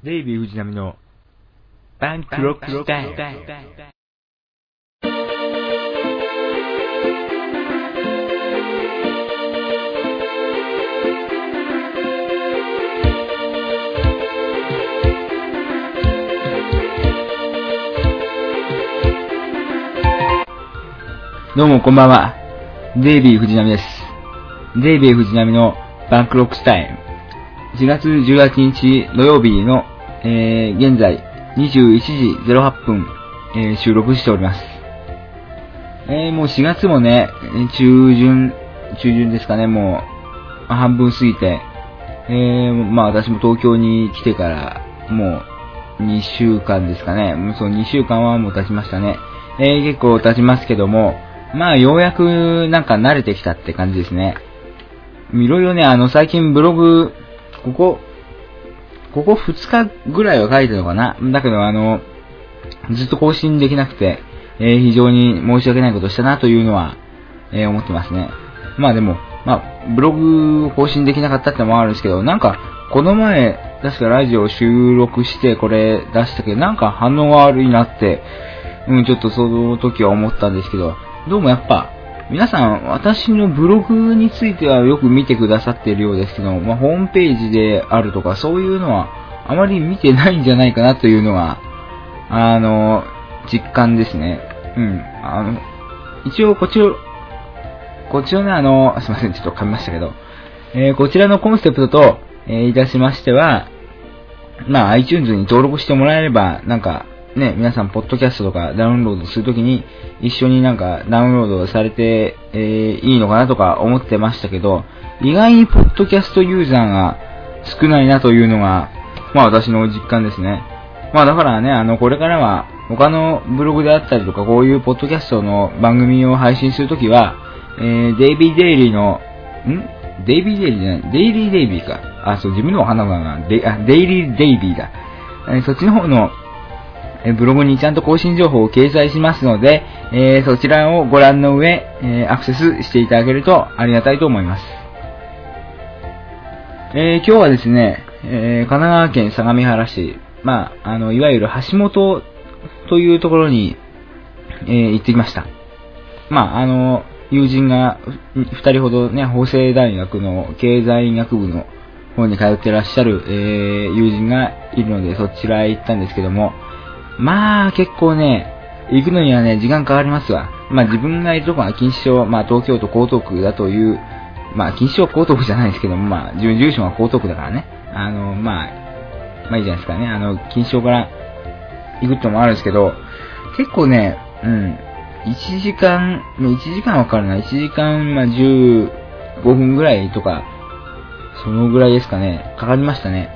デイビー藤波のパンクロックスタイル。どうもこんばんは。デイビー藤波です。デイビー藤波のパンクロックスタイル。4月18日土曜日の、現在21時08分、収録しております。もう4月もね、中旬ですかね、もう半分過ぎて、まあ私も東京に来てからもう2週間ですかね、もうそう2週間はもう経ちましたね。結構経ちますけども、まあようやくなんか慣れてきたって感じですね。いろいろね、最近ブログ、ここ2日ぐらいは書いてるのかな。だけどずっと更新できなくて、非常に申し訳ないことをしたなというのは、思ってますね。まあでも、ブログを更新できなかったってのもあるんですけど、なんか、この前、確かラジオを収録してこれ出したけど、なんか反応が悪いなって、ちょっとその時は思ったんですけど、どうもやっぱ、皆さん、私のブログについてはよく見てくださっているようですけど、ホームページであるとか、そういうのはあまり見てないんじゃないかなというのが、実感ですね。一応こっちをね、すいません、ちょっと噛みましたけど、こちらのコンセプトと、いたしましては、iTunes に登録してもらえれば、なんか、ね、皆さん、ポッドキャストとかダウンロードするときに、一緒になんかダウンロードされて、いいのかなとか思ってましたけど、意外にポッドキャストユーザーが少ないなというのが、私の実感ですね。だからね、これからは、他のブログであったりとか、こういうポッドキャストの番組を配信するときは、デイビーデイリーの、デイビーデイリーじゃない、デイリーデイビーか。そう、自分のわかんなくなるな。デイリーデイビーだ。そっちの方の、ブログにちゃんと更新情報を掲載しますので、そちらをご覧の上、アクセスしていただけるとありがたいと思います。今日はですね、神奈川県相模原市、いわゆる橋本というところに、行ってきました。友人が2人ほどね、法政大学の経済学部の方に通ってらっしゃる、友人がいるので、そちらへ行ったんですけども、結構ね、行くのにはね、時間かかりますわ。自分がいるところは錦糸町、東京都江東区だという、錦糸町は江東区じゃないですけども、住所は江東区だからね。いいじゃないですかね。錦糸町から行くってのもあるんですけど、結構ね、1時間はかかるな。1時間、15分ぐらいとか、そのぐらいですかね。かかりましたね。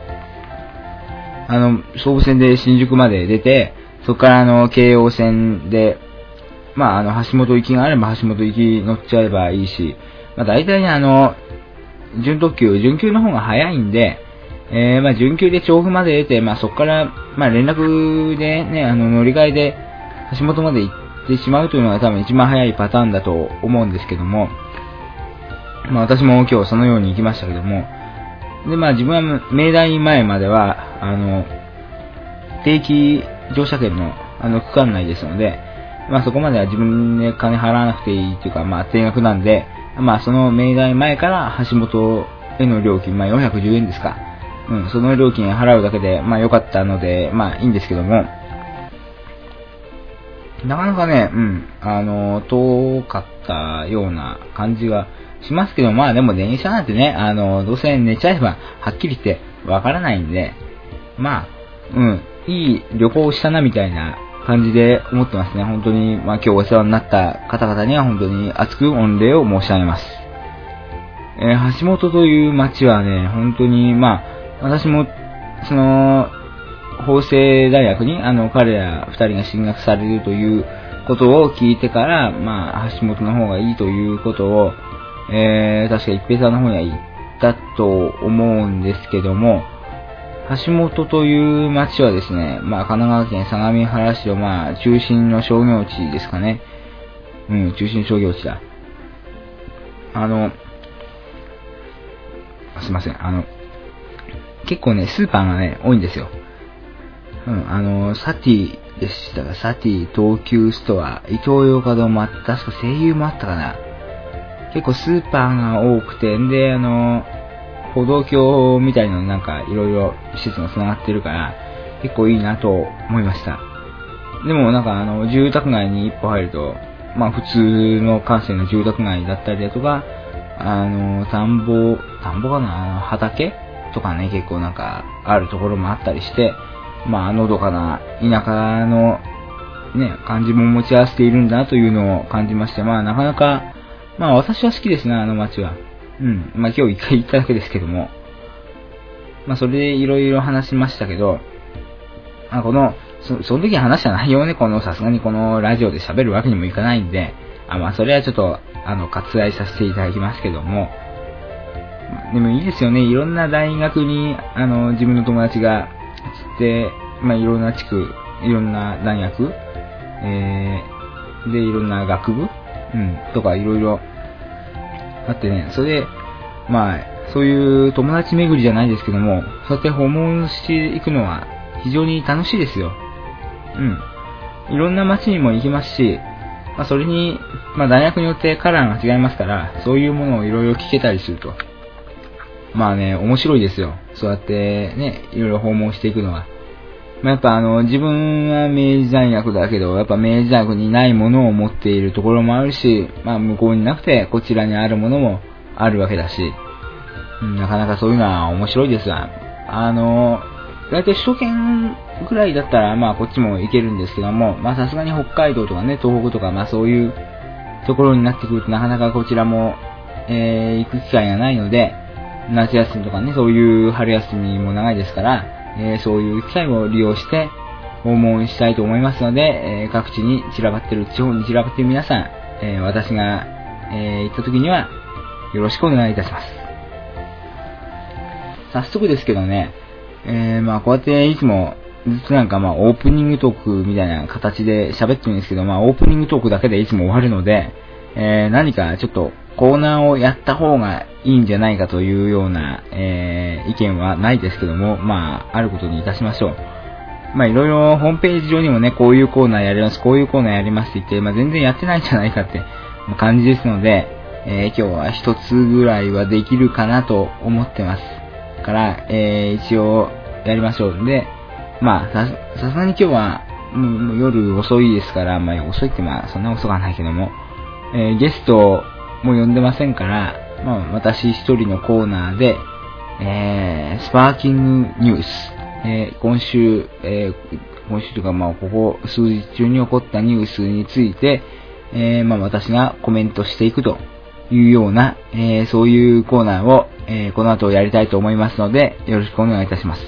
総武線で新宿まで出て、そこから京王線で、橋本行きがあれば橋本行き乗っちゃえばいいし、大体ね、準急の方が早いんで、準急で調布まで出て、そこから、連絡でね、乗り換えで橋本まで行ってしまうというのが多分一番早いパターンだと思うんですけども、私も今日そのように行きましたけども、で、自分は明大前までは、定期乗車券の、区間内ですので、そこまでは自分で金払わなくていいというか、定額なんで、その明大前から橋本への料金、410円ですか。その料金払うだけで、良かったので、いいんですけども、なかなかね、遠かったような感じがしますけど、でも電車なんてね、どうせ寝ちゃえば、はっきり言ってわからないんで、いい旅行をしたなみたいな感じで思ってますね。本当に、今日お世話になった方々には本当に厚く御礼を申し上げます。橋本という街はね、本当に、私も、法政大学に、彼ら二人が進学されるということを聞いてから、橋本の方がいいということを、確か一平さんの方には言ったと思うんですけども、橋本という町はですね、神奈川県相模原市の中心の商業地ですかね。中心商業地だ。すいません。結構ね、スーパーがね、多いんですよ。 サティでしたが、サティ、東急ストア、イトーヨーカドーもあった、確か声優もあったかな。結構スーパーが多くて、で、歩道橋みたいなのなんかいろいろ施設が繋がってるから、結構いいなと思いました。でもなんか住宅街に一歩入ると、まあ普通の閑静な住宅街だったりだとか、田んぼかな、畑とかね、結構なんかあるところもあったりして、まあのどかな田舎のね、感じも持ち合わせているんだなというのを感じまして、まあなかなか、まあ私は好きですね、あの街は。まあ今日一回行っただけですけども、まあそれでいろいろ話しましたけど、その時話した内容をね、さすがにこのラジオで喋るわけにもいかないんで、まあそれはちょっと、割愛させていただきますけども、でもいいですよね、いろんな大学に、自分の友達が移って、まあいろんな地区、いろんな大学、で、いろんな学部、とかいろいろあってね、それで、まあ、そういう友達巡りじゃないですけども、そうやって訪問していくのは非常に楽しいですよ。いろんな街にも行きますし、まあそれに、まあ大学によってカラーが違いますから、そういうものをいろいろ聞けたりすると。まあね、面白いですよ。そうやってね、いろいろ訪問していくのは。まあやっぱ自分は明治大学だけど、やっぱ明治大学にないものを持っているところもあるし、まあ向こうになくてこちらにあるものもあるわけだし、なかなかそういうのは面白いですわ。だいたい首都圏ぐらいだったら、まあこっちも行けるんですけども、まあさすがに北海道とかね、東北とか、まあそういうところになってくるとなかなかこちらも、行く機会がないので、夏休みとかね、そういう春休みも長いですから、そういう機会を利用して訪問したいと思いますので、各地に地方に散らばっている皆さん、私が、行った時にはよろしくお願いいたします。早速ですけどね、まあこうやっていつもずっとなんかまあオープニングトークみたいな形で喋ってるんですけど、まあオープニングトークだけでいつも終わるので、何かちょっとコーナーをやった方がいいんじゃないかというような、意見はないですけども、まああることにいたしましょう。まあいろいろホームページ上にもね、こういうコーナーやります、こういうコーナーやりますって言って、まあ全然やってないんじゃないかって感じですので、今日は一つぐらいはできるかなと思ってますから、一応やりましょう。で、まあさすがに今日はもう夜遅いですから、まあ遅いってまあそんな遅くはないけども、ゲストも呼んでませんから、まあ私一人のコーナーで、スパーキングニュース、今週というかまあここ数日中に起こったニュースについて、まあ私がコメントしていくというような、そういうコーナーを、この後やりたいと思いますので、よろしくお願いいたします。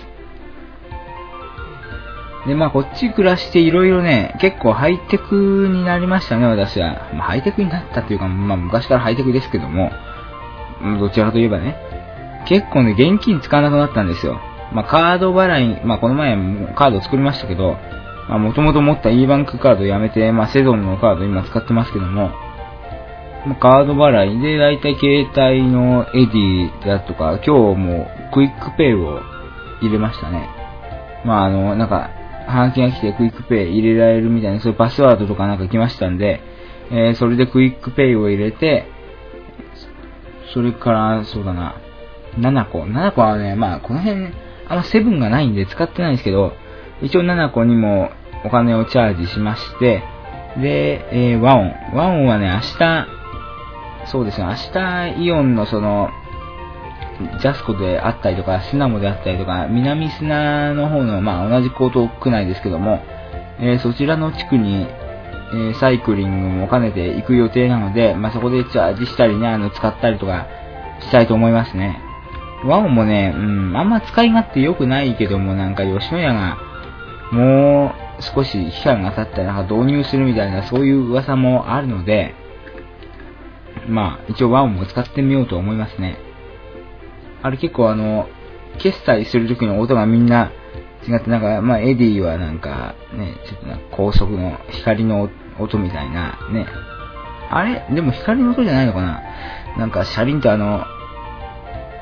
で、まあこっち暮らしていろいろね、結構ハイテクになりましたね、私は。まあハイテクになったというか、まあ昔からハイテクですけども、どちらかといえばね、結構ね、現金使わなくなったんですよ。まあカード払い、まあこの前カード作りましたけど、まあもともと持った E バンクカードをやめて、まあセゾンのカード今使ってますけども、カード払いでだいたい携帯のエディだとか、今日もクイックペイを入れましたね。まあなんか、ハガキが来てクイックペイ入れられるみたいな、そういうパスワードとかなんか来ましたんで、それでクイックペイを入れて、それから、そうだな、7個はね、まあこの辺、あんまセブンがないんで使ってないんですけど、一応7個にもお金をチャージしまして、で、ワオンはね、明日、そうですね、明日イオンのその、ジャスコであったりとか、スナモであったりとか、南砂の方の、まあ同じ江東区内ですけども、そちらの地区に、サイクリングも兼ねて行く予定なので、まあそこでチャージしたりね、使ったりとかしたいと思いますね。ワオもね、あんま使い勝手良くないけども、なんか吉野家が、もう少し期間が経ったらなんか導入するみたいな、そういう噂もあるので、まあ一応ワオも使ってみようと思いますね。あれ結構決済するときの音がみんな違って、なんか、まあエディはなんかね、ちょっとなんか高速の光の音みたいなね。あれでも光の音じゃないのかな、なんかシャリンと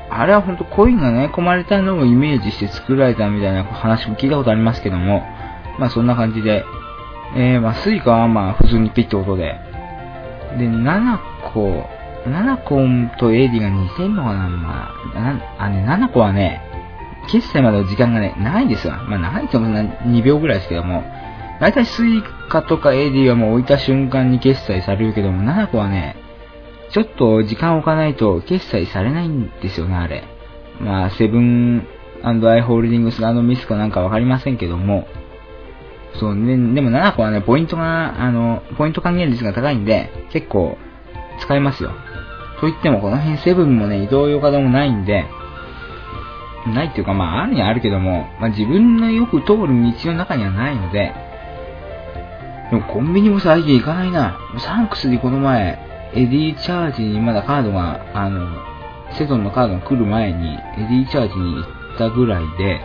あれは本当コインがね、込まれたのをイメージして作られたみたいな話も聞いたことありますけども、まあそんな感じで、まあスイカはまあ普通にピッってことで、で、7個と AD が似てんのかな、まあ、7個はね、決済までの時間がね、長いんですよ。まあ長いっても2秒ぐらいですけども、だいたいスイカとか AD はもう置いた瞬間に決済されるけども、7個はね、ちょっと時間を置かないと決済されないんですよね、あれ。まあ、セブン&アイ・ホールディングスのミスかなんかわかりませんけども、そうね、でも7個はね、ポイント還元率が高いんで、結構使えますよ。と言っても、この辺セブンもね、イトーヨーカドーもないんで、ないっていうか、まあ、あるにはあるけども、まあ自分のよく通る道の中にはないので、でもコンビニも最近行かないな。サンクスでこの前、エディチャージにまだカードが、セゾンのカードが来る前に、エディチャージに行ったぐらいで、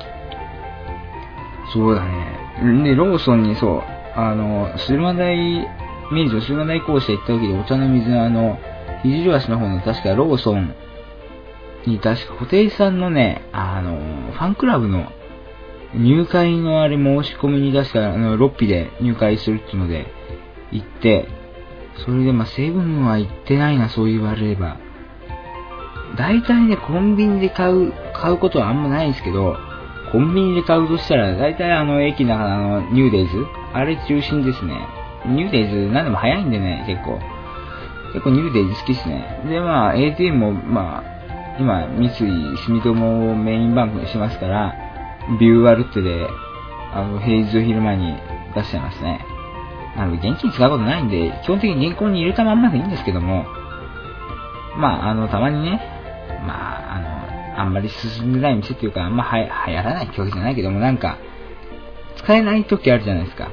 そうだね。で、ローソンにそう、明治の駿河台校舎行った時でお茶の水の肘橋の方の確かローソンに確か固定さんのね、ファンクラブの入会のあれ申し込みに確かロッピで入会するっていうので行って、それでまあセブンは行ってないな、そう言われれば。大体ね、コンビニで買うことはあんまないんですけど、コンビニで買うとしたら、大体駅の中のニューデイズあれ中心ですね。ニューデイズ何でも早いんでね、結構ニューデイズ好きですね。で、まあ ATM も、まあ、今、三井住友をメインバンクにしますから、ビューアルッテで、平日お昼前に出しちゃいますね。現金使うことないんで、基本的に銀行に入れたまんまでいいんですけども、まあ、たまにね、まあ、あんまり進んでない店っていうか、あんま流行らないってわけじゃないけども、なんか、使えない時あるじゃないですか。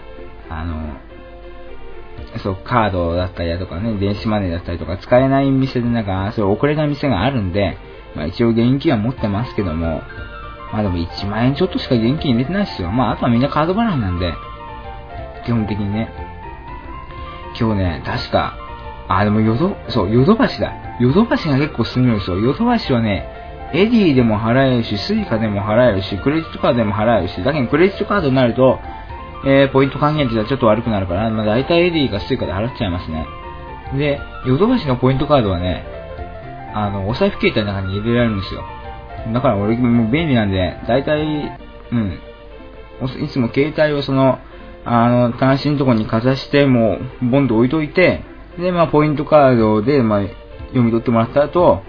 そう、カードだったりだとかね、電子マネーだったりとか、使えない店でなんか、そう、遅れない店があるんで、まあ一応現金は持ってますけども、まあでも1万円ちょっとしか現金入れてないですよ。まああとはみんなカード払いなんで、基本的にね。今日ね、確か、でもヨドバシだ。ヨドバシが結構進むんですよ。ヨドバシはね、エディでも払えるし、スイカでも払えるし、クレジットカードでも払えるし、だけどクレジットカードになると、ポイント還元率がちょっと悪くなるから、まあ大体エディがスイカで払っちゃいますね。で、ヨドバシのポイントカードはね、お財布携帯の中に入れられるんですよ。だから俺も便利なんで、大体、いつも携帯を端子のところにかざして、もう、ボンと置いといて、で、まあ、ポイントカードで、まあ、読み取ってもらった後、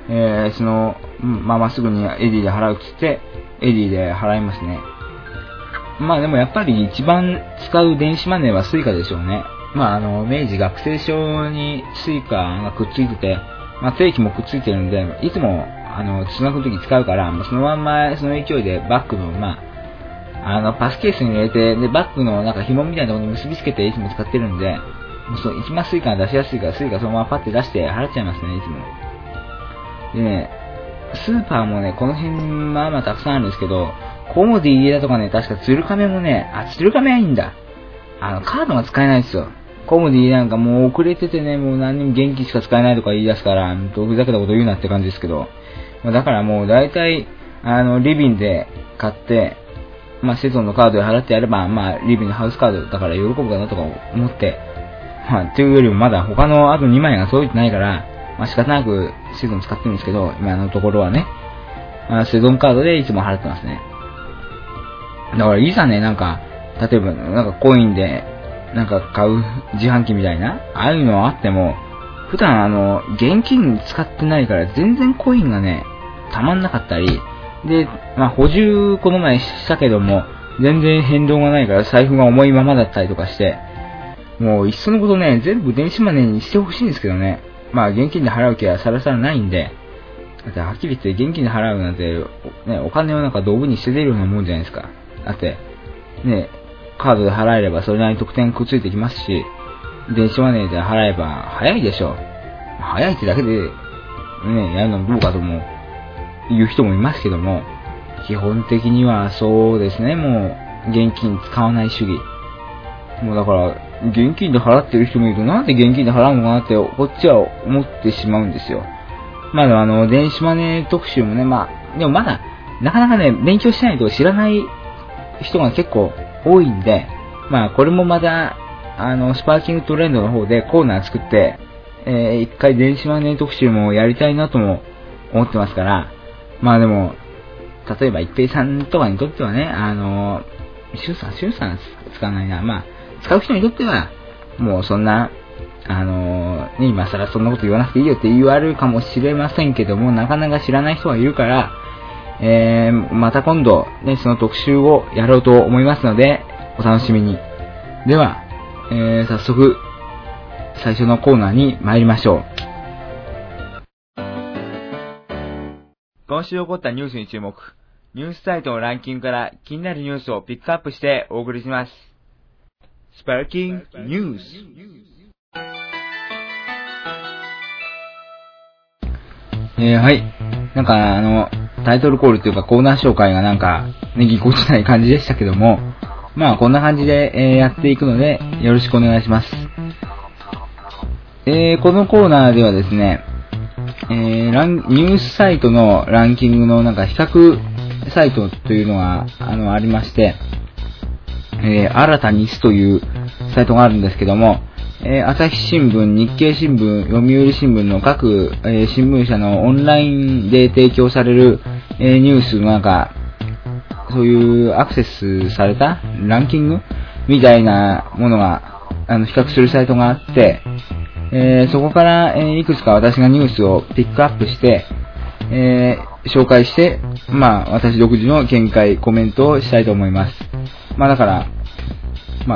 まっすぐにエディで払うっつって、エディで払いますね。まあ、でもやっぱり一番使う電子マネーはスイカでしょうね。まあ、明治学生証にスイカがくっついてて、まあ、定期もくっついてるんで、いつも、通学の時使うから、そのまんま、その勢いでバッグの、まあ、パスケースに入れて、で、バッグのなんか紐みたいなところに結びつけていつも使ってるんで、一番スイカが出しやすいから、スイカそのままパッて出して払っちゃいますね、いつも。でね、スーパーもね、この辺、まあまあたくさんあるんですけど、コモディだとかね、確か鶴亀もね、鶴亀はいいんだ。カードが使えないんですよ。コモディなんかもう遅れててね、もう何にも現金しか使えないとか言い出すから、ふざけたこと言うなって感じですけど、だからもう大体、リビンで買って、まあ、セゾンのカードで払ってやれば、まあ、リビンのハウスカードだから喜ぶかなとか思って、まあ、っていうよりもまだ他のあと2枚が届いてないから、まあ、仕方なくセゾン使ってるんですけど、今のところはね、セゾンカードでいつも払ってますね。だからいざね、なんか、例えば、なんかコインで、なんか買う自販機みたいな、ああいうのあっても、普段現金使ってないから全然コインがね、たまんなかったり、で、まあ補充この前したけども、全然変動がないから財布が重いままだったりとかして、もういっそのことね、全部電子マネーにしてほしいんですけどね。まあ現金で払う気はさらさらないんで、だってはっきり言って現金で払うなんて、ね、お金をなんか道具に捨ててるようなもんじゃないですか。だって、ね、カードで払えればそれなりに得点くっついてきますし、電子マネーで払えば早いでしょ。早いってだけで、ね、やるのもどうかとも言う人もいますけども、基本的にはそうですね、もう現金使わない主義。もうだから、現金で払ってる人もいると、なんで現金で払うのかなって、こっちは思ってしまうんですよ。 まだ電子マネー特集もね、でもまだ、なかなかね、勉強しないと知らない人が結構多いんで、これもまた、スパーキングトレンドの方でコーナー作って、一回電子マネー特集もやりたいなとも思ってますから、でも、例えば一平さんとかにとってはね、シュンさん使わないな。使う人にとっては、もうそんな、今更そんなこと言わなくていいよって言われるかもしれませんけども、なかなか知らない人がいるから、また今度、ね、その特集をやろうと思いますので、お楽しみに。では、早速、最初のコーナーに参りましょう。今週起こったニュースに注目。ニュースサイトのランキングから気になるニュースをピックアップしてお送りします。スパーキングニュース。はい。タイトルコールというかコーナー紹介がぎこちない感じでしたけども、こんな感じで、やっていくので、よろしくお願いします。このコーナーではですね、ニュースサイトのランキングの比較サイトというのが、ありまして、新たにすというサイトがあるんですけども、朝日新聞、日経新聞、読売新聞の各、新聞社のオンラインで提供される、ニュースのそういうアクセスされたランキングみたいなものが、比較するサイトがあって、そこから、いくつか私がニュースをピックアップして、紹介して、私独自の見解、コメントをしたいと思います。だから、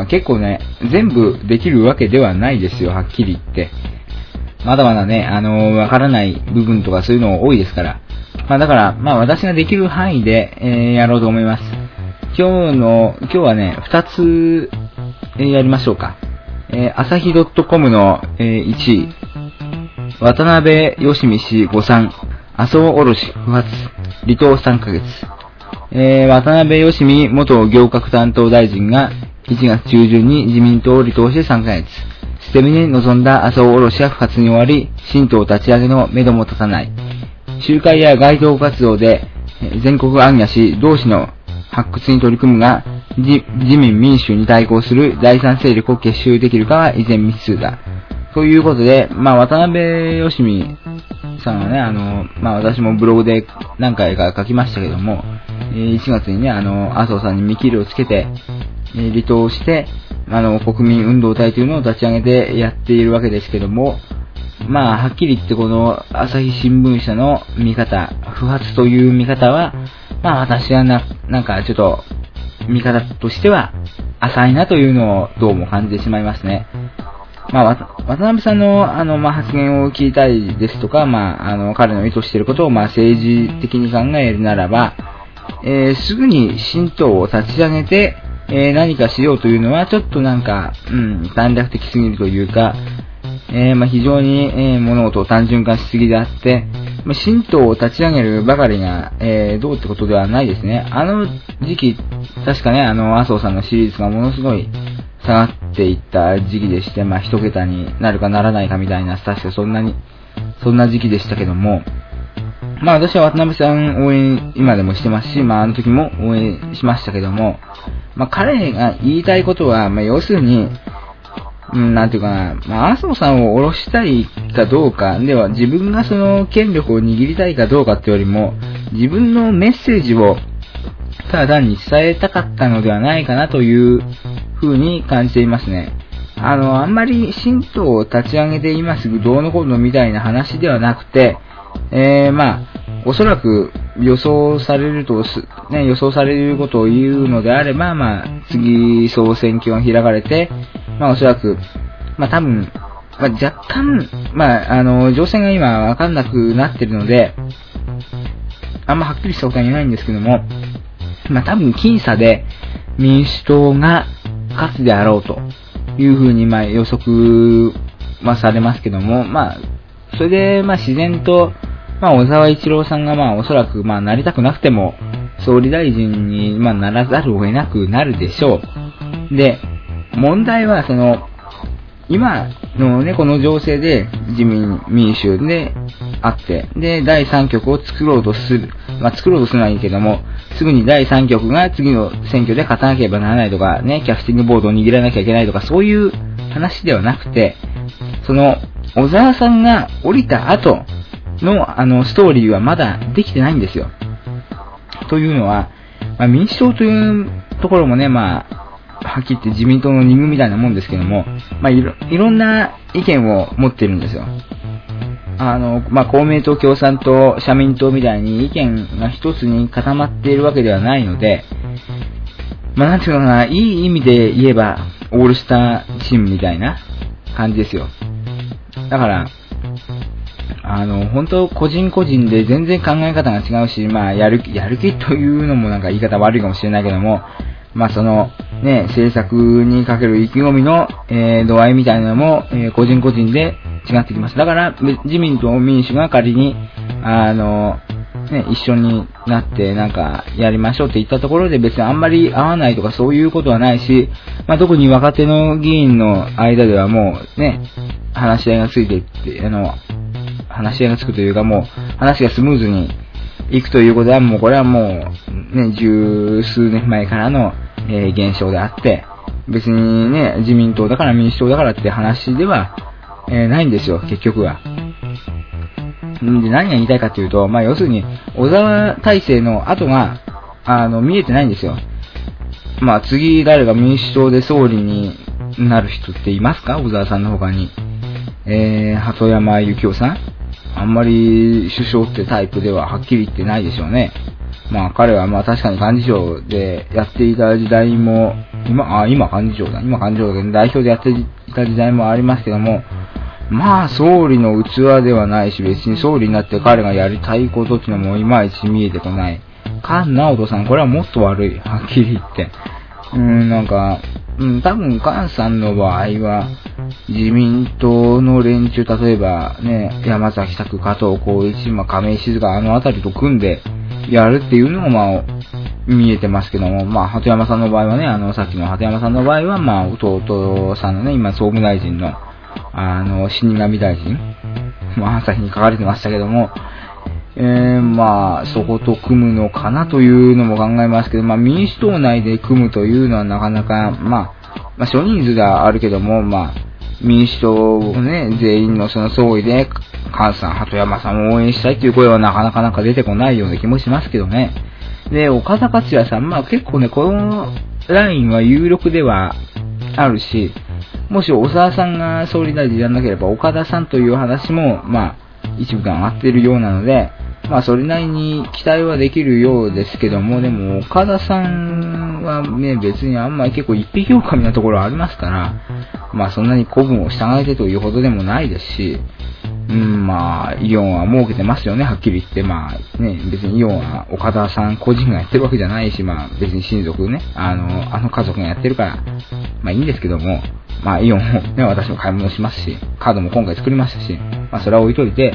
結構ね、全部できるわけではないですよ、はっきり言って。まだまだね、わからない部分とかそういうの多いですから。だから、私ができる範囲で、やろうと思います。今日はね、2つ、やりましょうか。朝日 .com の、1位、渡辺義美氏誤算、麻生おろし不発、離党3ヶ月。渡辺義美元行革担当大臣が1月中旬に自民党を離党して3ヶ月。捨て身に臨んだ麻生おろしは不発に終わり、新党立ち上げの目処も立たない。集会や街頭活動で全国行脚し、同志の発掘に取り組むが、自民民主に対抗する第三勢力を結集できるかは依然未知数だ。ということで、渡辺義美さんはね、私もブログで何回か書きましたけども、1月にね、麻生さんに見切りをつけて、離党して、国民運動隊というのを立ち上げてやっているわけですけども、はっきり言ってこの朝日新聞社の見方、不発という見方は、私はちょっと、見方としては浅いなというのをどうも感じてしまいますね。渡辺さんの発言を聞きたいですとか、彼の意図していることを政治的に考えるならば、すぐに新党を立ち上げて、何かしようというのはちょっと短絡的すぎるというか、非常に、物事を単純化しすぎであって、新党を立ち上げるばかりが、どうってことではないですね。時期、確かね、麻生さんの支持率がものすごい下がっていった時期でして、一桁になるかならないかみたいな、確かそんな時期でしたけども、私は渡辺さん応援今でもしてますし、あの時も応援しましたけども、彼が言いたいことは、要するに、なんていうかな、麻生さんを下ろしたいかどうか、では自分がその権力を握りたいかどうかってよりも、自分のメッセージをただ単に伝えたかったのではないかなという風に感じていますね。あんまり新党を立ち上げて今すぐどうのこうのみたいな話ではなくて、おそらく予想されることを言うのであれば、次総選挙が開かれて、おそらく、多分、若干、情勢が今わかんなくなってるので、あんまはっきりしたことは言えないんですけども、多分僅差で民主党が勝つであろうというふうに予測はされますけども、それで自然と、小沢一郎さんがおそらくなりたくなくても総理大臣にならざるを得なくなるでしょう。で、問題は今のね、この情勢で自民民主であって、で、第3局を作ろうとする。作ろうとするのはいいけども、すぐに第3局が次の選挙で勝たなければならないとか、ね、キャスティングボードを握らなきゃいけないとか、そういう話ではなくて、その、小沢さんが降りた後の、ストーリーはまだできてないんですよ。というのは、民主党というところもね、はっきり言って自民党の二軍みたいなもんですけども、いろんな意見を持ってるんですよ。公明党、共産党、社民党みたいに意見が一つに固まっているわけではないので、なんていうのかな、いい意味で言えば、オールスターチームみたいな感じですよ。だから、本当個人個人で全然考え方が違うし、やる気というのもなんか言い方悪いかもしれないけども、その、ね、政策にかける意気込みの、度合いみたいなのも、個人個人で違ってきます。だから、自民党民主が仮に、一緒になってなんかやりましょうって言ったところで別にあんまり合わないとかそういうことはないし、特に若手の議員の間ではもうね、話し合いがついていって、話し合いがつくというかもう話がスムーズにいくということはもうこれはもうね、十数年前からの、現象であって、別にね、自民党だから民主党だからって話では、ないんですよ、結局は。で、何が言いたいかというと、要するに、小沢体制の後が、見えてないんですよ。次誰が民主党で総理になる人っていますか？小沢さんの他に。鳩山幸夫さん？あんまり首相ってタイプでははっきり言ってないでしょうね。彼は確かに幹事長でやっていた時代も、今幹事長だ。今幹事長だけど代表でやっていた時代もありますけども、総理の器ではないし、別に総理になって彼がやりたいことっていうのもいまいち見えてこない。菅直人さん、これはもっと悪い。はっきり言って。多分菅さんの場合は、自民党の連中、例えばね、山崎拓、加藤浩一、亀井静香、あたりと組んでやるっていうのも見えてますけども、鳩山さんの場合はね、さっきの鳩山さんの場合は、弟さんのね、今総務大臣の、死神大臣、朝日に書かれてましたけども、そこと組むのかなというのも考えますけど、民主党内で組むというのはなかなか、少人数ではあるけども、民主党をね、全員のその総意で、菅さん、鳩山さんを応援したいという声はなかなか出てこないような気もしますけどね。で、岡田克也さん、結構ね、このラインは有力ではあるし、もし小沢さんが総理大臣やらなければ、岡田さんという話も、一部が上がっているようなので、それなりに期待はできるようですけども、でも、岡田さんはね、別にあんまり結構一匹狼なところありますから、そんなに古文を従えてというほどでもないですし、イオンは儲けてますよね、はっきり言って。別にイオンは岡田さん個人がやってるわけじゃないし、別に親族ね、家族がやってるから、いいんですけども、イオンもね、私も買い物しますし、カードも今回作りましたし、それは置いといて、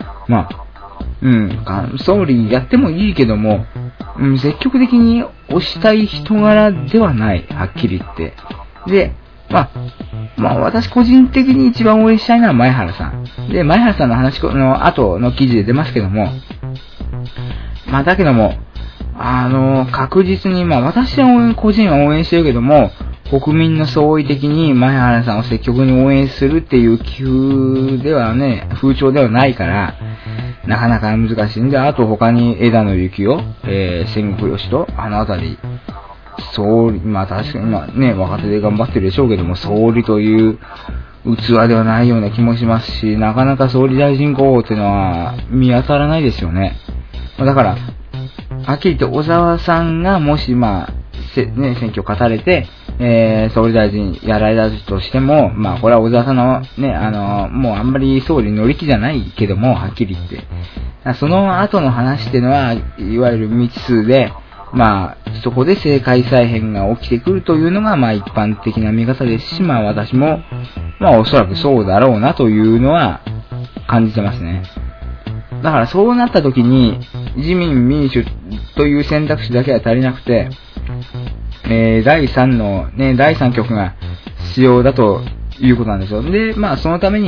総理やってもいいけども、積極的に推したい人柄ではない、はっきり言って。で、私個人的に一番応援したいのは前原さん。で、前原さんの話の後の記事で出ますけども、だけども、確実に、私は個人は応援してるけども、国民の総意的に前原さんを積極に応援するっていう風ではね、風潮ではないから、なかなか難しいんで、あと他に枝野幸男、千国義人、あたり、総理、確かにね、若手で頑張ってるでしょうけども、総理という器ではないような気もしますし、なかなか総理大臣候補っていうのは見当たらないですよね。だから、はっきり言って小沢さんがもし選挙勝たれて、総理大臣やられたとしても、これは小沢さんのね、もうあんまり総理乗り気じゃないけども、はっきり言って。その後の話っていうのは、いわゆる未知数で、そこで政界再編が起きてくるというのが、一般的な見方ですし、私も、おそらくそうだろうなというのは感じてますね。だからそうなった時に、自民民主という選択肢だけは足りなくて、第3局が必要だということなんですよ。で、そのために、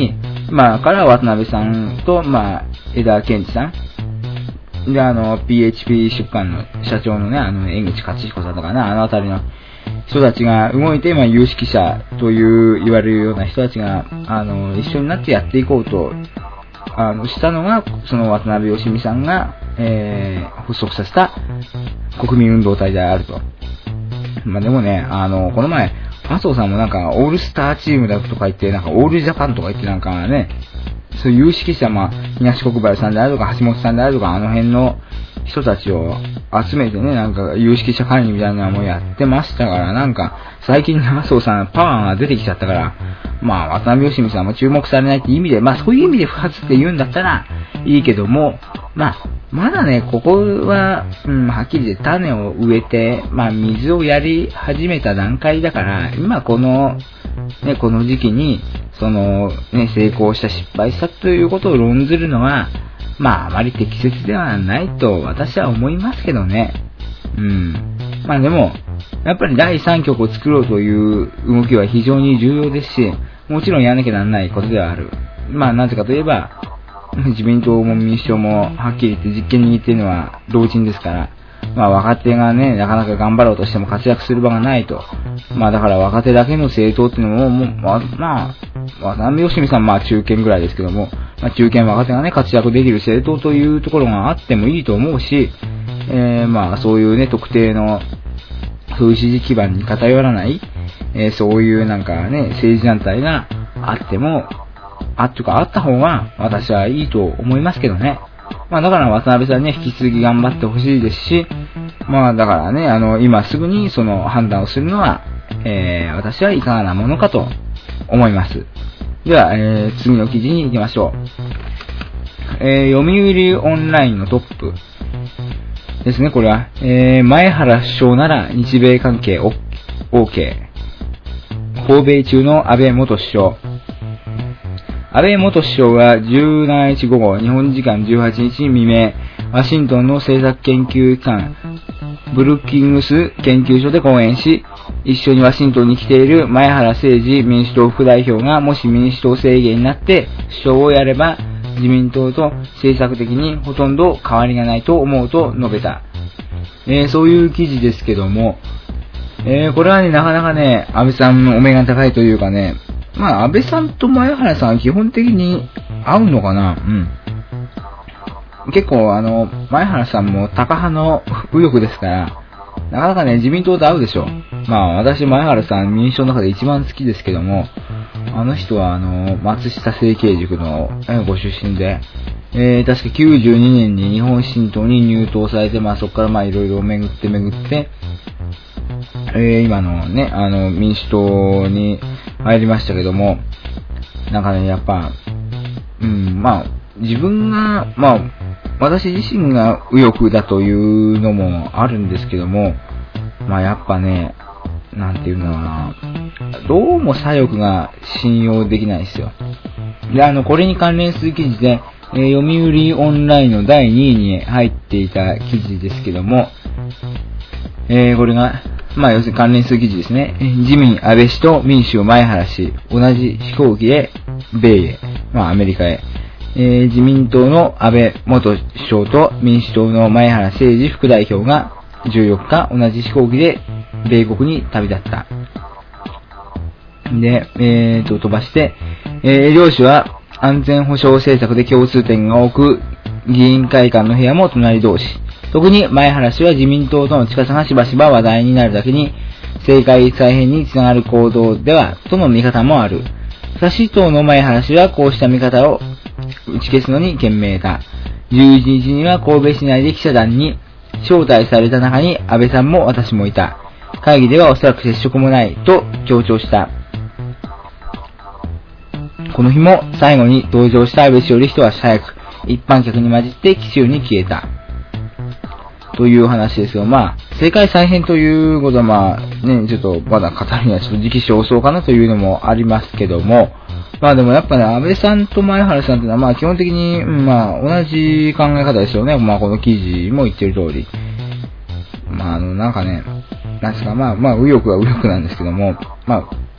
まあ、から渡辺さんと、まあ、枝健二さん。で、PHP 出版の社長のね、江口勝彦さんとかな、あたりの人たちが動いて、まあ、有識者と言われるような人たちが、一緒になってやっていこうと、したのが、その渡辺義美さんが、発足させた国民運動体であると。まあ、でもね、この前、麻生さんもなんか、オールスターチームだとか言って、なんか、オールジャパンとか言ってなんかね、そういう有識者、まあ、東国原さんであるとか、橋本さんであるとか、あの辺の人たちを集めてね、なんか、有識者会議みたいなのもやってましたから、なんか、最近麻生さん、パワーが出てきちゃったから、まあ、渡辺義美さんも注目されないって意味で、まあ、そういう意味で不発って言うんだったら、いいけども、まあ、まだね、ここは、はっきり言って種を植えて、まあ、水をやり始めた段階だから、今この時期に、成功した失敗したということを論ずるのは、まあ、あまり適切ではないと私は思いますけどね。まあでも、やっぱり第3局を作ろうという動きは非常に重要ですし、もちろんやらなきゃならないことではある。まあ、なぜかといえば、自民党も民主党もはっきり言って実権握っているのは老人ですから、まあ若手がね、なかなか頑張ろうとしても活躍する場がないと。まあだから若手だけの政党っていうのも、まあ、渡辺義美さんまあ中堅ぐらいですけども、まあ中堅若手がね、活躍できる政党というところがあってもいいと思うし、まあそういうね、特定の、そういう支持基盤に偏らない、そういうなんかね、政治団体があっても、あった方が私はいいと思いますけどね。まあだから渡辺さんに引き続き頑張ってほしいですし、まあだからね、今すぐにその判断をするのは、私はいかがなものかと思います。では、次の記事に行きましょう。読売オンラインのトップですね、これは。前原首相なら日米関係 OK。訪米中の安倍元首相。安倍元首相は17日午後、日本時間18日未明、ワシントンの政策研究機関、ブルッキングス研究所で講演し、一緒にワシントンに来ている前原誠司民主党副代表がもし民主党政権になって首相をやれば、自民党と政策的にほとんど変わりがないと思うと述べた。そういう記事ですけども、これはね、なかなかね、安倍さんのお目が高いというかね、まあ、安倍さんと前原さんは基本的に合うのかな。結構前原さんもタカ派の右翼ですから、なかなかね、自民党と合うでしょ。まあ、私、前原さん、民主党の中で一番好きですけども、あの人は松下政経塾のご出身で、確か92年に日本新党に入党されて、まあそこからまあいろいろ巡って、今のね、民主党に入りましたけども、なんかね、やっぱ、まあ、自分が、まあ、私自身が右翼だというのもあるんですけども、まあやっぱね、なんていうのかな、どうも左翼が信用できないですよ。で、これに関連する記事で、読売オンラインの第2位に入っていた記事ですけども、これが、まあ要するに関連する記事ですね。自民安倍氏と民主前原氏、同じ飛行機で米へ、まあアメリカへ。自民党の安倍元首相と民主党の前原誠司副代表が14日同じ飛行機で米国に旅立った。で、飛ばして、両氏は安全保障政策で共通点が多く、議員会館の部屋も隣同士。特に前原氏は自民党との近さがしばしば話題になるだけに、政界再編につながる行動では、との見方もある。しかし党の前原氏はこうした見方を打ち消すのに懸命だ。11日には神戸市内で記者団に招待された中に安倍さんも私もいた。会議ではおそらく接触もないと強調した。この日も最後に登場した安倍氏より一足早く一般客に混じって紀州に消えた。という話ですよ。まあ、政界再編ということはまあ、ね、ちょっとまだ語るにはちょっと時期尚早かなというのもありますけども、まあでもやっぱね、安倍さんと前原さんというのはまあ基本的に、まあ同じ考え方ですよね。まあこの記事も言ってる通り。まあなんかね、なんですか、まあ右翼は右翼なんですけども、まあ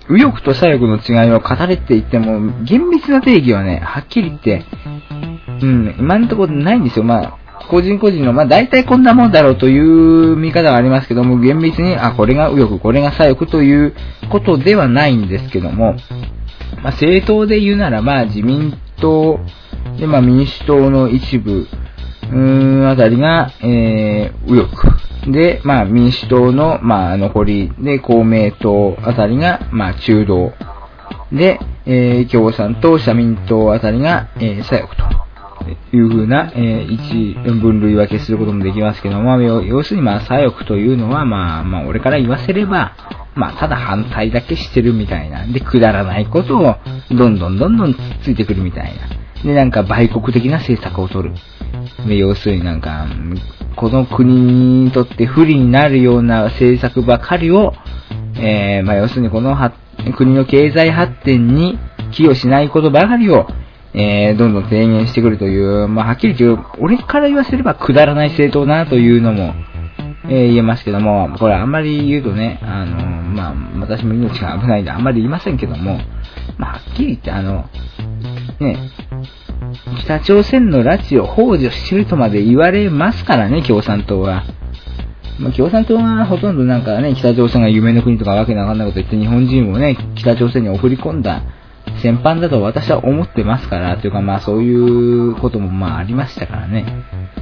右翼と左翼の違いを語れって言っても、厳密な定義はね、はっきり言って、今のところないんですよ。個人個人の、大体こんなもんだろうという見方がありますけども、厳密に、これが右翼、これが左翼ということではないんですけども、政党で言うなら自民党で、民主党の一部、あたりが、右翼。で、民主党の、残りで、公明党あたりが、中道。で、共産党、社民党あたりが、左翼という風な、分類分けすることもできますけども、要するに左翼というのは、俺から言わせれば、ただ反対だけしてるみたいな。で、くだらないことを、どんどんつっついてくるみたいな。で、売国的な政策を取る。で、要するにこの国にとって不利になるような政策ばかりを、要するにこの国の経済発展に寄与しないことばかりを、どんどん提言してくるという、はっきり言う、俺から言わせればくだらない政党だなというのも、言えますけども、これあんまり言うとね、私も命が危ないんであんまり言いませんけども、はっきり言って北朝鮮の拉致を幇助しているとまで言われますからね、共産党は。共産党はほとんど北朝鮮が夢の国とかわけのわかんないこと言って日本人をね、北朝鮮に送り込んだ戦犯だと私は思ってますから、というかそういうこともありましたからね。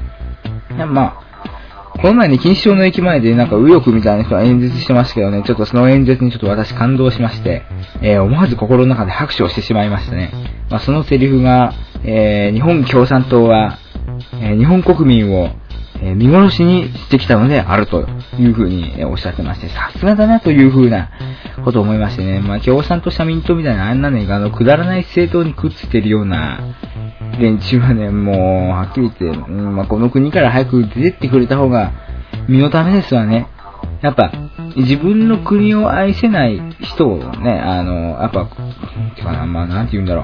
この前に錦糸町の駅前で右翼みたいな人が演説してましたけどね、ちょっとその演説に私感動しまして、思わず心の中で拍手をしてしまいましたね。そのセリフが、日本共産党は、日本国民を、見殺しにしてきたのであるというふうにおっしゃってまして、さすがだなというふうなことを思いましてね、共産党社民党みたいなくだらない政党にくっついてるような連中はね、もうはっきり言って、この国から早く出てってくれた方が身のためですわね。やっぱ自分の国を愛せない人をね、やっぱなんて言うんだろ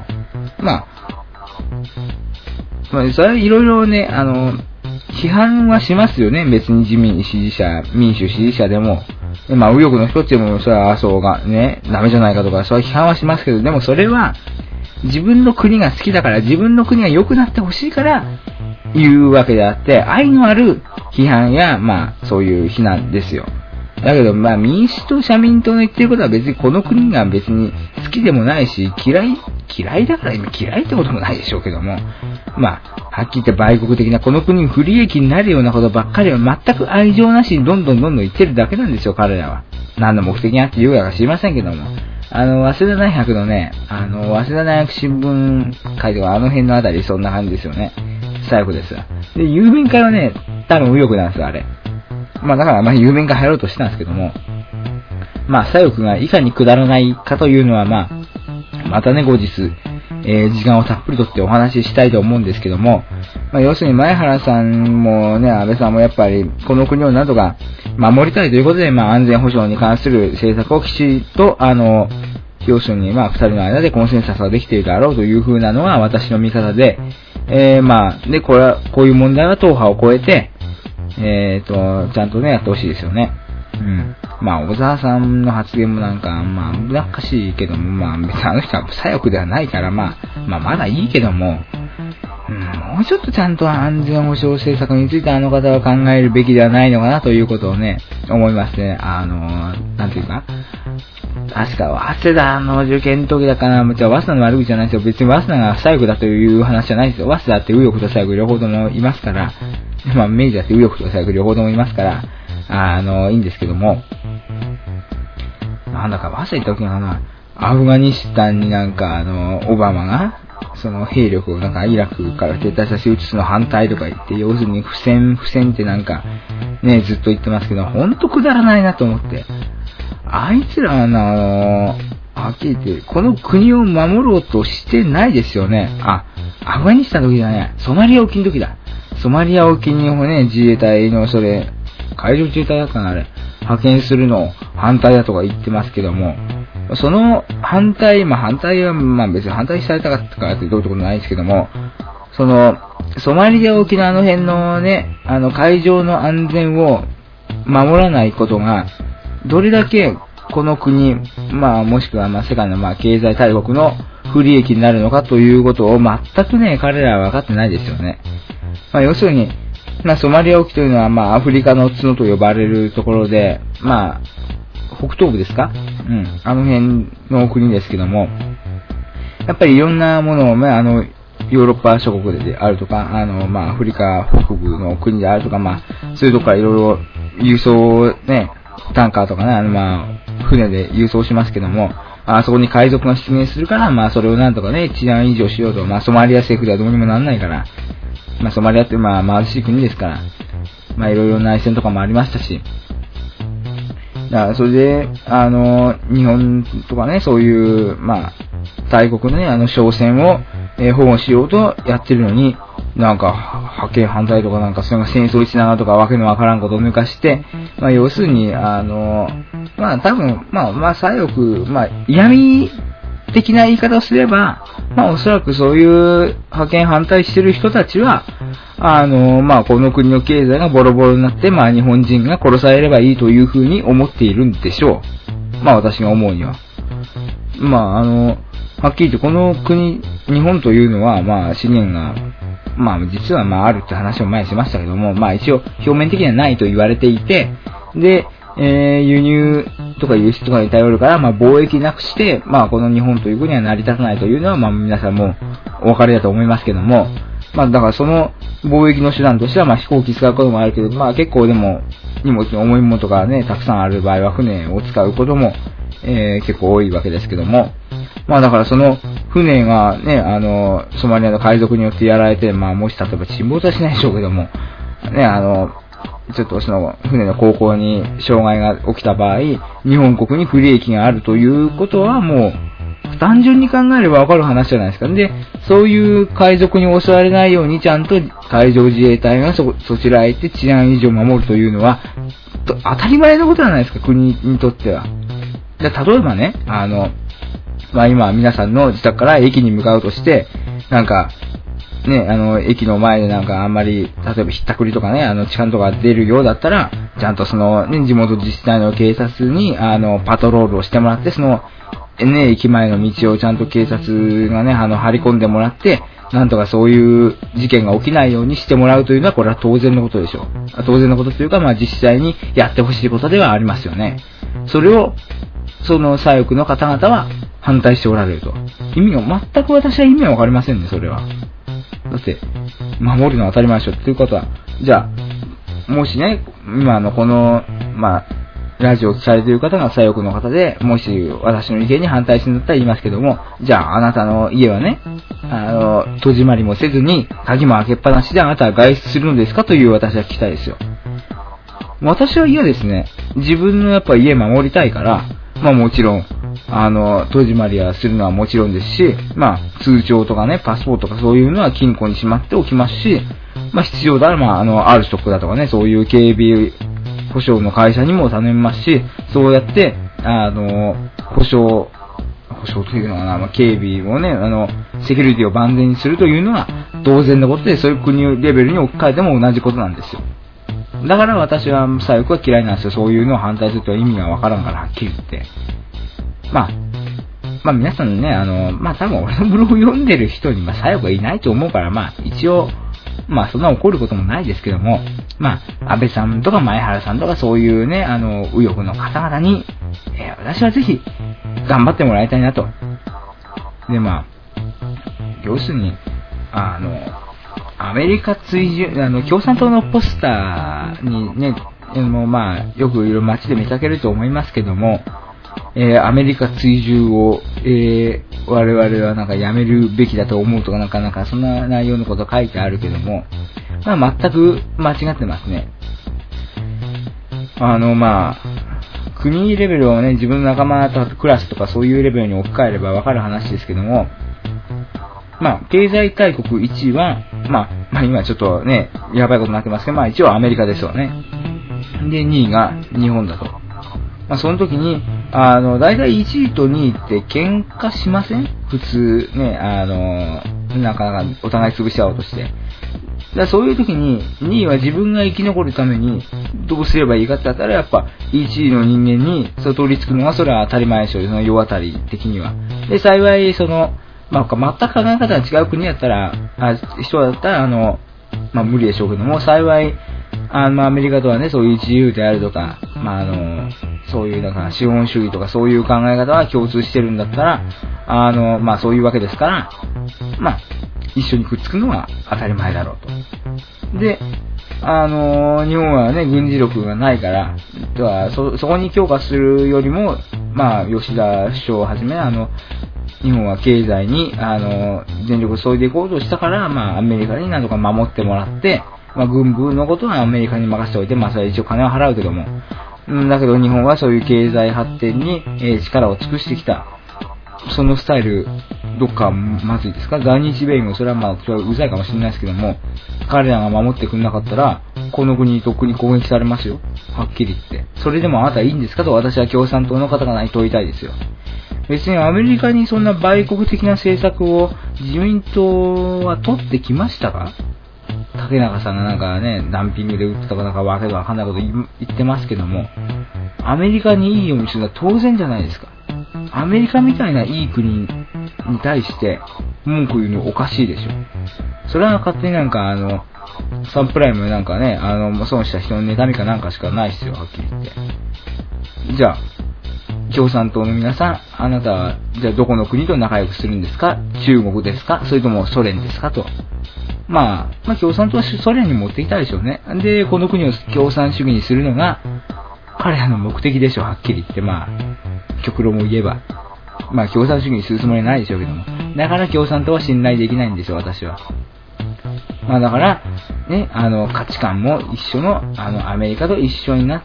う、それはいろいろね、批判はしますよね。別に自民支持者、民主支持者でも、右翼の人ってもそれは麻生がね、ダメじゃないかとか、そういう批判はしますけど、でもそれは自分の国が好きだから、自分の国が良くなってほしいから言うわけであって、愛のある批判やそういう非難ですよ。だけど民主党、社民党の言ってることは別にこの国が別に好きでもないし、嫌いだから今嫌いってこともないでしょうけども、はっきり言って売国的なこの国に不利益になるようなことばっかりは全く愛情なしにどんどん言ってるだけなんですよ、彼らは。何の目的があって言うか知りませんけども。早稲田大学のね、早稲田大学新聞会とか辺のあたりそんな感じですよね。左翼です。で、郵便会はね、多分右翼なんですよ、あれ。だから郵便会入ろうとしたんですけども、左翼がいかにくだらないかというのはまたね、後日、時間をたっぷりとってお話ししたいと思うんですけども、要するに前原さんもね、安倍さんもやっぱりこの国をなんとか守りたいということで、安全保障に関する政策をきちっと、要するに二人の間でコンセンサスができているだろうという風なのが私の見方で、で、こういう問題は党派を超えて、ちゃんとね、やってほしいですよね。小沢さんの発言も危なっかしいけども、別にあの人は左翼ではないから、まだいいけども、もうちょっとちゃんと安全保障政策についてあの方は考えるべきではないのかなということをね、思いますね。なんていうか、確か、早稲田の受験の時だから、早稲田の悪口じゃないですよ。別に早稲田が左翼だという話じゃないですよ。早稲田って右翼と左翼両方ともいますから、明治だって右翼と左翼両方ともいますから、いいんですけども、早稲田行った時のアフガニスタンにオバマが、その兵力をイラクから撤退させ移すの反対とか言って、要するに不戦ってね、ずっと言ってますけど、ほんとくだらないなと思って。あいつらははっきり言って、この国を守ろうとしてないですよね。アフガニスタンの時じゃない、ソマリア沖の時だ。ソマリア沖にね、自衛隊の海上自衛隊だったのあれ、派遣するのを反対だとか言ってますけども、その反対は別に反対されたかったからってどういうことないですけども、ソマリア沖の辺のね、海上の安全を守らないことが、どれだけこの国、もしくは世界の経済大国の不利益になるのかということを全くね、彼らは分かってないですよね。要するに、ソマリア沖というのは、アフリカの角と呼ばれるところで、北東部ですか？あの辺の国ですけども、やっぱりいろんなものをヨーロッパ諸国であるとか、アフリカ北部の国であるとか、そういうところからいろいろ輸送ね、タンカーとかね、船で輸送しますけども、そこに海賊が出現するから、それをなんとかね、治安維持をしようと、ソマリア政府ではどうにもなんないから、ソマリアって貧しい国ですから、いろいろ内戦とかもありましたし、それで、日本とかね、そういう、大国のね、商船を、保護しようとやってるのに、覇権反対とかそれが戦争につながるとかわけのわからんことを抜かして、要するに、多分、左翼、嫌味的な言い方をすれば、おそらくそういう覇権反対してる人たちは、この国の経済がボロボロになって、日本人が殺されればいいというふうに思っているんでしょう。私が思うには。はっきり言ってこの国、日本というのは、資源が、実はあるって話を前にしましたけども、一応表面的にはないと言われていて、で、輸入とか輸出とかに頼るから、貿易なくして、この日本という国は成り立たないというのは、皆さんもお分かりだと思いますけども、だからその貿易の手段としては、飛行機使うこともあるけど、結構でも、荷物の重いものとかね、たくさんある場合は船を使うことも、結構多いわけですけども、だからその船がね、ソマリアの海賊によってやられて、もし例えば沈没はしないでしょうけども、ね、ちょっとその船の航行に障害が起きた場合、日本国に不利益があるということはもう、単純に考えればわかる話じゃないですか。で、そういう海賊に襲われないようにちゃんと海上自衛隊がそちらへ行って治安維持を守るというのは、当たり前のことじゃないですか、国にとっては。例えばね、今皆さんの自宅から駅に向かうとして、駅の前であんまり、例えばひったくりとかね、痴漢とか出るようだったら、ちゃんとその、ね、地元自治体の警察に、パトロールをしてもらって、その、ね、駅前の道をちゃんと警察がね、張り込んでもらって、なんとかそういう事件が起きないようにしてもらうというのは、これは当然のことでしょう。当然のことというか、自治体にやってほしいことではありますよね。それを、その左翼の方々は反対しておられると。全く私は意味はわかりませんね、それは。だって、守るのは当たり前でしょ。ということは、じゃあ、もしね、今のこの、ラジオを聞かれている方が左翼の方で、もし私の意見に反対するんだったら言いますけども、じゃああなたの家はね、戸締まりもせずに、鍵も開けっぱなしであなたは外出するのですかという私は聞きたいですよ。私は嫌ですね。自分のやっぱ家守りたいから、もちろん、戸締まりはするのはもちろんですし、通帳とかね、パスポートとかそういうのは金庫にしまっておきますし、必要だら、アルストックだとかね、そういう警備保証の会社にも頼みますし、そうやって、保証というのはな、警備をね、セキュリティを万全にするというのは当然のことで、そういう国レベルに置き換えても同じことなんですよ。だから私は左翼は嫌いなんですよ。そういうのを反対すると意味がわからんから、はっきり言って。皆さんね、多分俺のブログ読んでる人に、左翼はいないと思うから、一応、そんな怒ることもないですけども、安倍さんとか前原さんとかそういうね、右翼の方々に、私はぜひ、頑張ってもらいたいなと。で、要するに、アメリカ追従、共産党のポスターにね、よくいろいろ街で見かけると思いますけども、アメリカ追従を、我々はやめるべきだと思うとかそんな内容のこと書いてあるけども、全く間違ってますね。国レベルをね、自分の仲間とクラスとかそういうレベルに置き換えればわかる話ですけども、経済大国1位は、今ちょっとね、やばいことになってますけど、一応アメリカですよね。で、2位が日本だと。その時に、だいたい1位と2位って喧嘩しません？普通ね、なかなかお互い潰し合おうとして。 からそういう時に、2位は自分が生き残るためにどうすればいいかって言ったら、やっぱ1位の人間にそう取り付くのがそれは当たり前でしょう、その世渡り的には。で、幸い、全く考え方が違う国だったら、人だったら、無理でしょうけども、幸い、アメリカとはね、そういう自由であるとか、そういうなんか資本主義とかそういう考え方は共通してるんだったら、そういうわけですから、一緒にくっつくのは当たり前だろうと。で、日本はね、軍事力がないから、そこに強化するよりも、吉田首相をはじめ、日本は経済に、全力を注いでいこうとしたから、アメリカになんとか守ってもらって、軍部のことはアメリカに任せておいて、それは一応金を払うけども、だけど日本はそういう経済発展に、力を尽くしてきた。そのスタイル、どっかまずいですか？在日米軍、それはそれはうざいかもしれないですけども、彼らが守ってくれなかったら、この国とっくに攻撃されますよ。はっきり言って。それでもあなたいいんですかと私は共産党の方々に問いたいですよ。別にアメリカにそんな売国的な政策を自民党は取ってきましたか？竹中さんがなんかね、ダンピングで撃ったとかなんかわけのわかんないこと言ってますけども、アメリカにいいようにするのは当然じゃないですか。アメリカみたいないい国に対して文句言うのおかしいでしょ。それは勝手になんかサンプライムなんかね、損した人の妬みかなんかしかないですよ、はっきり言って。じゃあ、共産党の皆さん、あなたは、じゃあどこの国と仲良くするんですか？中国ですか？それともソ連ですかと。共産党はソ連に持っていきたいでしょうね。で、この国を共産主義にするのが、彼らの目的でしょう、はっきり言って。極論を言えば。共産主義にするつもりはないでしょうけども。だから共産党は信頼できないんですよ、私は。だから、ね、価値観も一緒の、アメリカと一緒になって、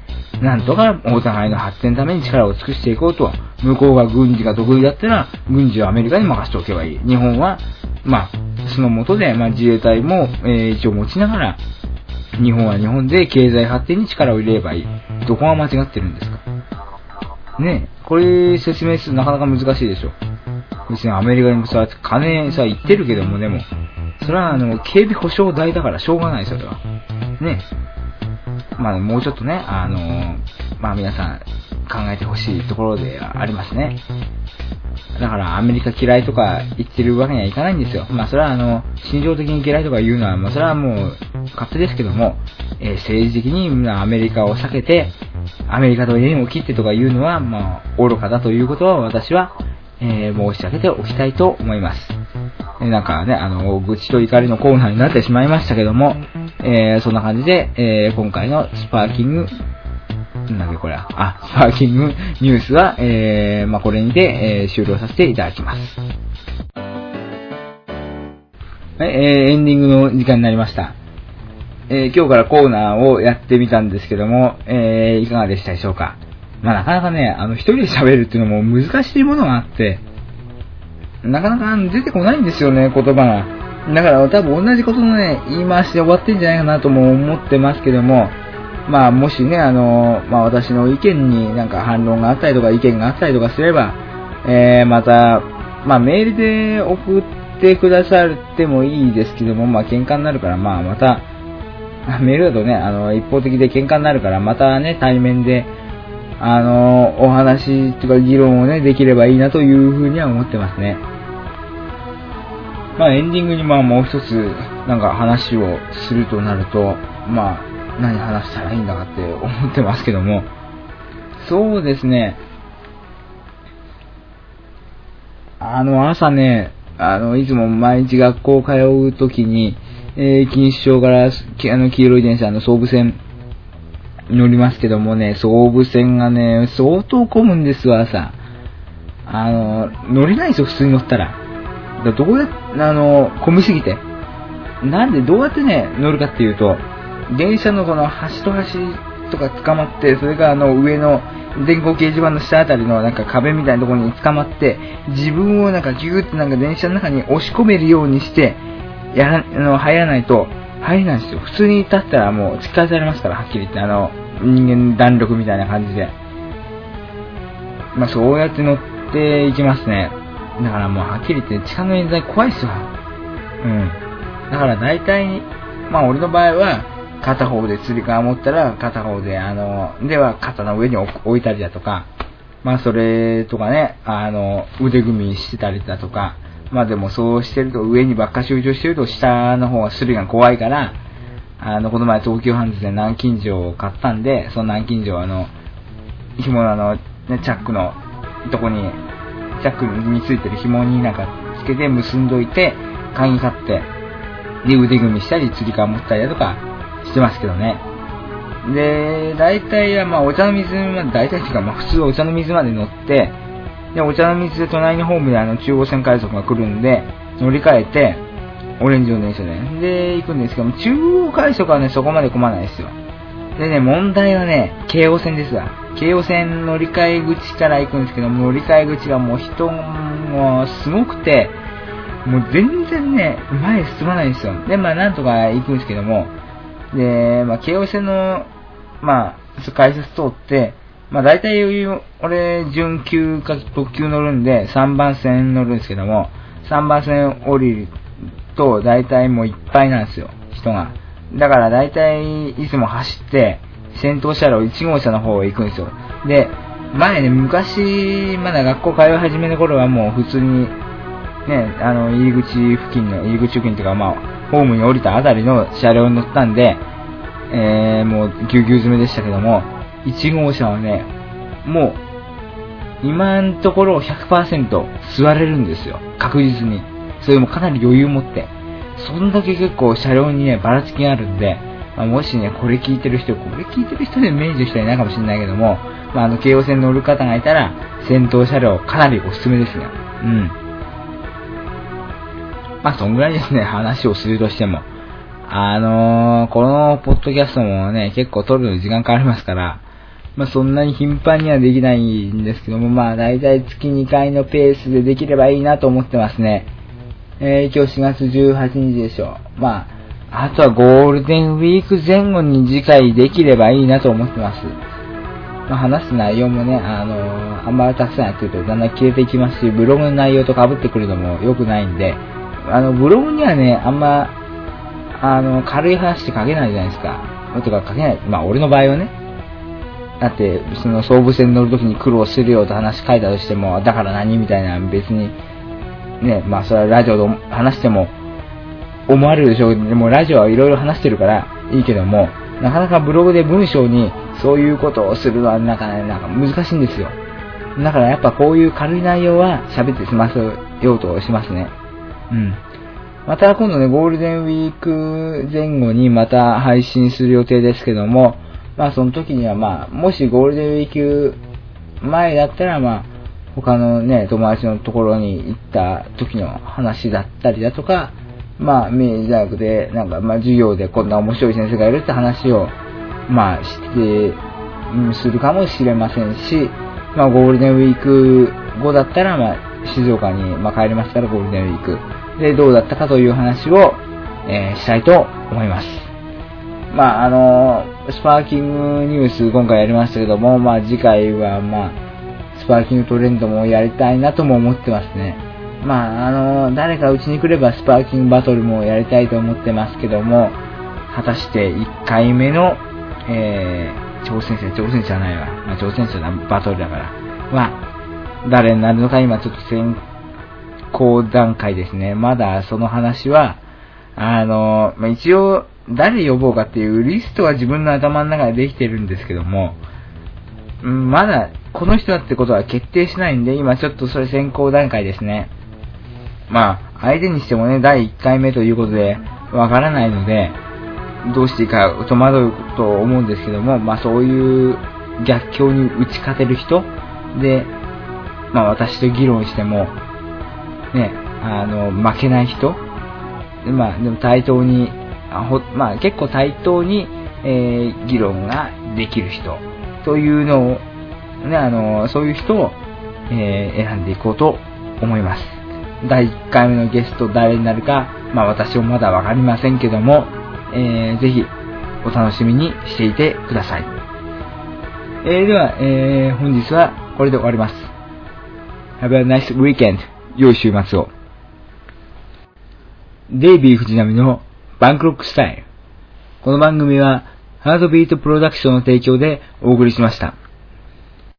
なんとかお互いの発展のために力を尽くしていこうと。向こうが軍事が得意だったら、軍事をアメリカに任せておけばいい。日本は、その下で、自衛隊も、一応持ちながら、日本は日本で経済発展に力を入れればいい。どこが間違ってるんですか？ねえ、これ説明するのなかなか難しいでしょ。別にアメリカにもさ、金さ、言ってるけども、でも、それは警備保障代だからしょうがない、それは。ねえ。もうちょっとね、皆さん考えてほしいところでありますね。だからアメリカ嫌いとか言ってるわけにはいかないんですよ。それは心情的に嫌いとか言うのは、それはもう勝手ですけども、政治的にアメリカを避けて、アメリカと縁を切ってとか言うのは、愚かだということを私は、申し上げておきたいと思います。なんかね、愚痴と怒りのコーナーになってしまいましたけども、そんな感じで、今回のスパーキング、スパーキングニュースは、これにて、終了させていただきます。エンディングの時間になりました。今日からコーナーをやってみたんですけども、いかがでしたでしょうか。なかなかね、一人で喋るっていうのも難しいものがあって、なかなか出てこないんですよね、言葉が。だから多分同じことのね、言い回しで終わってんじゃないかなとも思ってますけども、もしね、私の意見になんか反論があったりとか意見があったりとかすれば、また、メールで送ってくださってもいいですけども、喧嘩になるから、また、メールだとね、一方的で喧嘩になるから、またね、対面で、お話とか議論をね、できればいいなというふうには思ってますね。エンディングにもう一つ、なんか話をするとなると、何話したらいいんだかって思ってますけども、そうですね、朝ね、いつも毎日学校通うときに、錦糸町から黄色い電車総武線乗りますけどもね、総武線がね、相当混むんですわ、朝。乗れないですよ、普通に乗ったら。どうやって、混みすぎて。なんで、どうやってね、乗るかっていうと、電車のこの端と端とか捕まって、それが上の電光掲示板の下あたりのなんか壁みたいなところに捕まって、自分をなんかギューってなんか電車の中に押し込めるようにして、入らないと入れないんですよ。普通に立ったらもう突き返されますから、はっきり言って人間弾力みたいな感じで。そうやって乗っていきますね。だからもうはっきり言って地下の冤罪怖いっすわ。だから大体まあ俺の場合は片方で釣り革持ったら片方ででは肩の上に置いたりだとか、まあそれとかね、腕組みしてたりだとか、まあでもそうしてると上にばっか集中してると下の方がスリが怖いから、この前東急ハンズで南京錠を買ったんで、その南京錠紐のね、チャックのとこに、チャックについてる紐になんかつけて結んどいて、鍵買って、で腕組みしたり釣り革持ったりだとかしてますけどね。で、大体はまあお茶の水まで、大体っていうかまあ普通お茶の水まで乗って、で、お茶の水で隣のホームで中央線快速が来るんで、乗り換えて、オレンジの電車で、行くんですけども、中央快速はね、そこまで混まないですよ。でね、問題はね、京王線ですわ。京王線乗り換え口から行くんですけども、乗り換え口がもう人もすごくて、もう全然ね、前進まないんですよ。で、まあなんとか行くんですけども、で、まあ京王線の、まあ、改札通って、まあ大体俺、準急か特急乗るんで、3番線乗るんですけども、3番線降りると大体もういっぱいなんですよ、人が。だから大体いつも走って、先頭車両1号車の方へ行くんですよ。で、前ね、昔、まだ学校通い始めの頃はもう普通に、ね、入り口付近というか、まあ、ホームに降りたあたりの車両に乗ったんで、もうぎゅうぎゅう詰めでしたけども、1号車はね、もう、今のところ 100% 座れるんですよ。確実に。それもかなり余裕持って。そんだけ結構車両にね、ばらつきがあるんで、まあ、もしね、これ聞いてる人で明治の人はいないかもしれないけども、まあ、京王線乗る方がいたら、先頭車両かなりおすすめですね。うん。まあ、そんぐらいですね、話をするとしても。このポッドキャストもね、結構撮るの時間かかりますから、まあ、そんなに頻繁にはできないんですけども、まあ、だいたい月2回のペースでできればいいなと思ってますね。今日4月18日でしょう。まあ、あとはゴールデンウィーク前後に次回できればいいなと思ってます。まあ、話す内容もね、あんまりたくさんやってるとだんだん消えていきますし、ブログの内容と被ってくるのも良くないんで、ブログにはね、あんま、軽い話って書けないじゃないですか。とか書けない。まあ、俺の場合はね。だって、その総武線に乗るときに苦労するよと話書いたとしても、だから何みたいな、別に、ね、まあ、それはラジオで話しても、思われるでしょう。でも、ラジオはいろいろ話してるから、いいけども、なかなかブログで文章に、そういうことをするのは、なんか難しいんですよ。だからやっぱこういう軽い内容は喋って済ませようとしますね。うん。また今度ね、ゴールデンウィーク前後にまた配信する予定ですけども、まあその時にはまあ、もしゴールデンウィーク前だったらまあ、他のね、友達のところに行った時の話だったりだとか、まあ、明治大学でなんかまあ授業でこんな面白い先生がいるって話をまあして、するかもしれませんし、まあゴールデンウィーク後だったらまあ、静岡にまあ帰りますからゴールデンウィーク。で、どうだったかという話を、したいと思います。まあ、スパーキングニュース今回やりましたけども、まあ次回はまあ、スパーキングトレンドもやりたいなとも思ってますね。まあ、誰かうちに来ればスパーキングバトルもやりたいと思ってますけども、果たして1回目の、挑戦者じゃないわ。まあ挑戦者バトルだから。まあ、誰になるのか今ちょっと選考段階ですね。まだその話は、まあ、一応誰呼ぼうかっていうリストは自分の頭の中でできてるんですけども、まだこの人だってことは決定しないんで、今ちょっとそれ選考段階ですね。まあ、相手にしてもね、第1回目ということでわからないので、どうしていいか戸惑うと思うんですけども、まあそういう逆境に打ち勝てる人で、まあ私と議論しても、ね、負けない人、まあでも対等に、まあ結構対等に、議論ができる人というのを、ね、そういう人を、選んでいこうと思います。第1回目のゲスト誰になるか、まあ私もまだわかりませんけども、ぜひお楽しみにしていてください。では、本日はこれで終わります。Have a nice weekend. 良い週末を。デイビー藤波のバンクロックスタイル。 この番組はハートビートプロダクションの提供でお送りしました。